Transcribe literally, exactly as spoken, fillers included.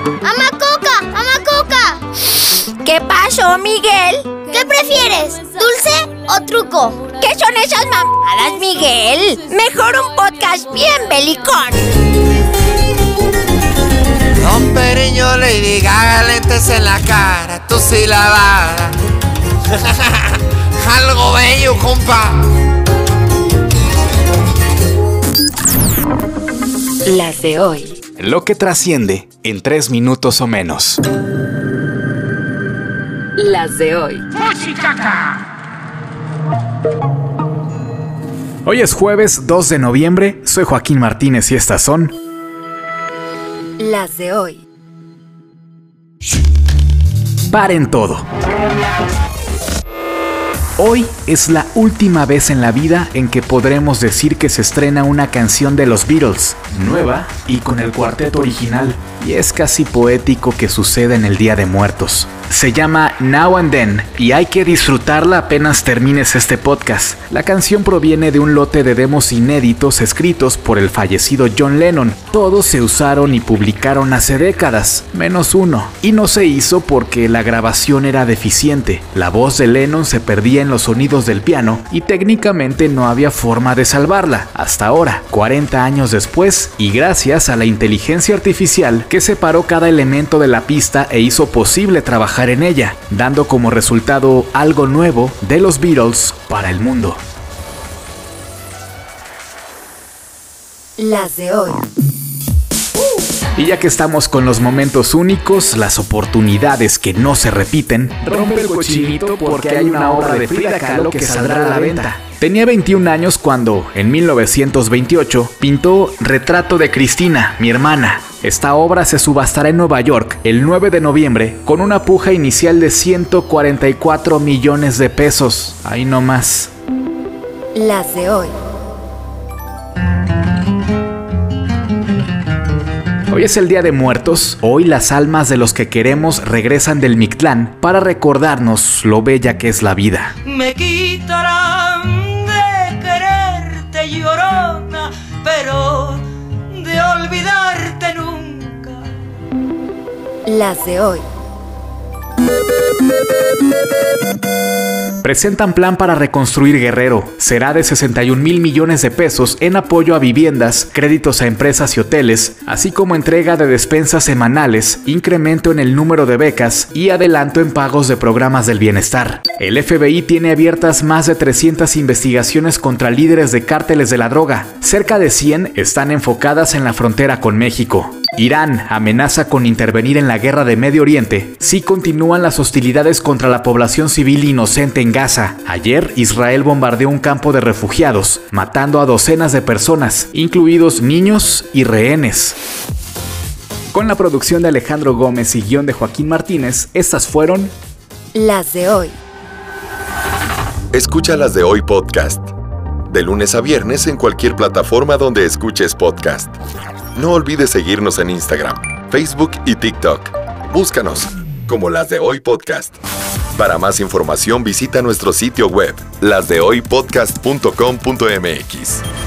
¡Mamá Coca! ¡Mamá Coca! ¿Qué pasó, Miguel? ¿Qué prefieres? ¿Dulce o truco? ¿Qué son esas mamadas, Miguel? Mejor un podcast bien belicón. Don Periño, Lady Gaga, lentes en la cara, tú sí la vara. Algo bello, compa. Las de hoy. Lo que trasciende en tres minutos o menos. Las de hoy. Hoy es jueves dos de noviembre, soy Joaquín Martínez y estas son... Las de hoy. Paren todo. Hoy es la última vez en la vida en que podremos decir que se estrena una canción de los Beatles, nueva y con el cuarteto original, y es casi poético que suceda en el Día de Muertos. Se llama Now and Then y hay que disfrutarla apenas termines este podcast. La canción proviene de un lote de demos inéditos escritos por el fallecido John Lennon. Todos se usaron y publicaron hace décadas, menos uno, y no se hizo porque la grabación era deficiente. La voz de Lennon se perdía en los sonidos del piano y técnicamente no había forma de salvarla, hasta ahora, cuarenta años después, y gracias a la inteligencia artificial que separó cada elemento de la pista e hizo posible trabajar en ella, dando como resultado algo nuevo de los Beatles para el mundo. Las de hoy. Y ya que estamos con los momentos únicos, las oportunidades que no se repiten, rompe el cochinito porque hay una obra de Frida Kahlo que saldrá a la venta. Tenía veintiún años cuando, en mil novecientos veintiocho, pintó Retrato de Cristina, mi hermana. Esta obra se subastará en Nueva York el nueve de noviembre con una puja inicial de ciento cuarenta y cuatro millones de pesos. Ahí no más. Las de hoy. Hoy es el Día de Muertos. Hoy las almas de los que queremos regresan del Mictlán para recordarnos lo bella que es la vida. Me quitarán de quererte, llorona, pero de olvidarte nunca. Las de hoy. Presentan plan para reconstruir Guerrero. Será de sesenta y un mil millones de pesos en apoyo a viviendas, créditos a empresas y hoteles, así como entrega de despensas semanales, incremento en el número de becas y adelanto en pagos de programas del bienestar. El F B I tiene abiertas más de trescientas investigaciones contra líderes de cárteles de la droga. Cerca de cien están enfocadas en la frontera con México. Irán amenaza con intervenir en la guerra de Medio Oriente si continúan las hostilidades contra la población civil inocente en Gaza. Ayer, Israel bombardeó un campo de refugiados, matando a docenas de personas, incluidos niños y rehenes. Con la producción de Alejandro Gómez y guión de Joaquín Martínez, estas fueron... Las de hoy. Escucha Las de Hoy podcast. De lunes a viernes en cualquier plataforma donde escuches podcast. No olvides seguirnos en Instagram, Facebook y TikTok. Búscanos como Las de Hoy Podcast. Para más información visita nuestro sitio web, las de hoy podcast punto com punto m x.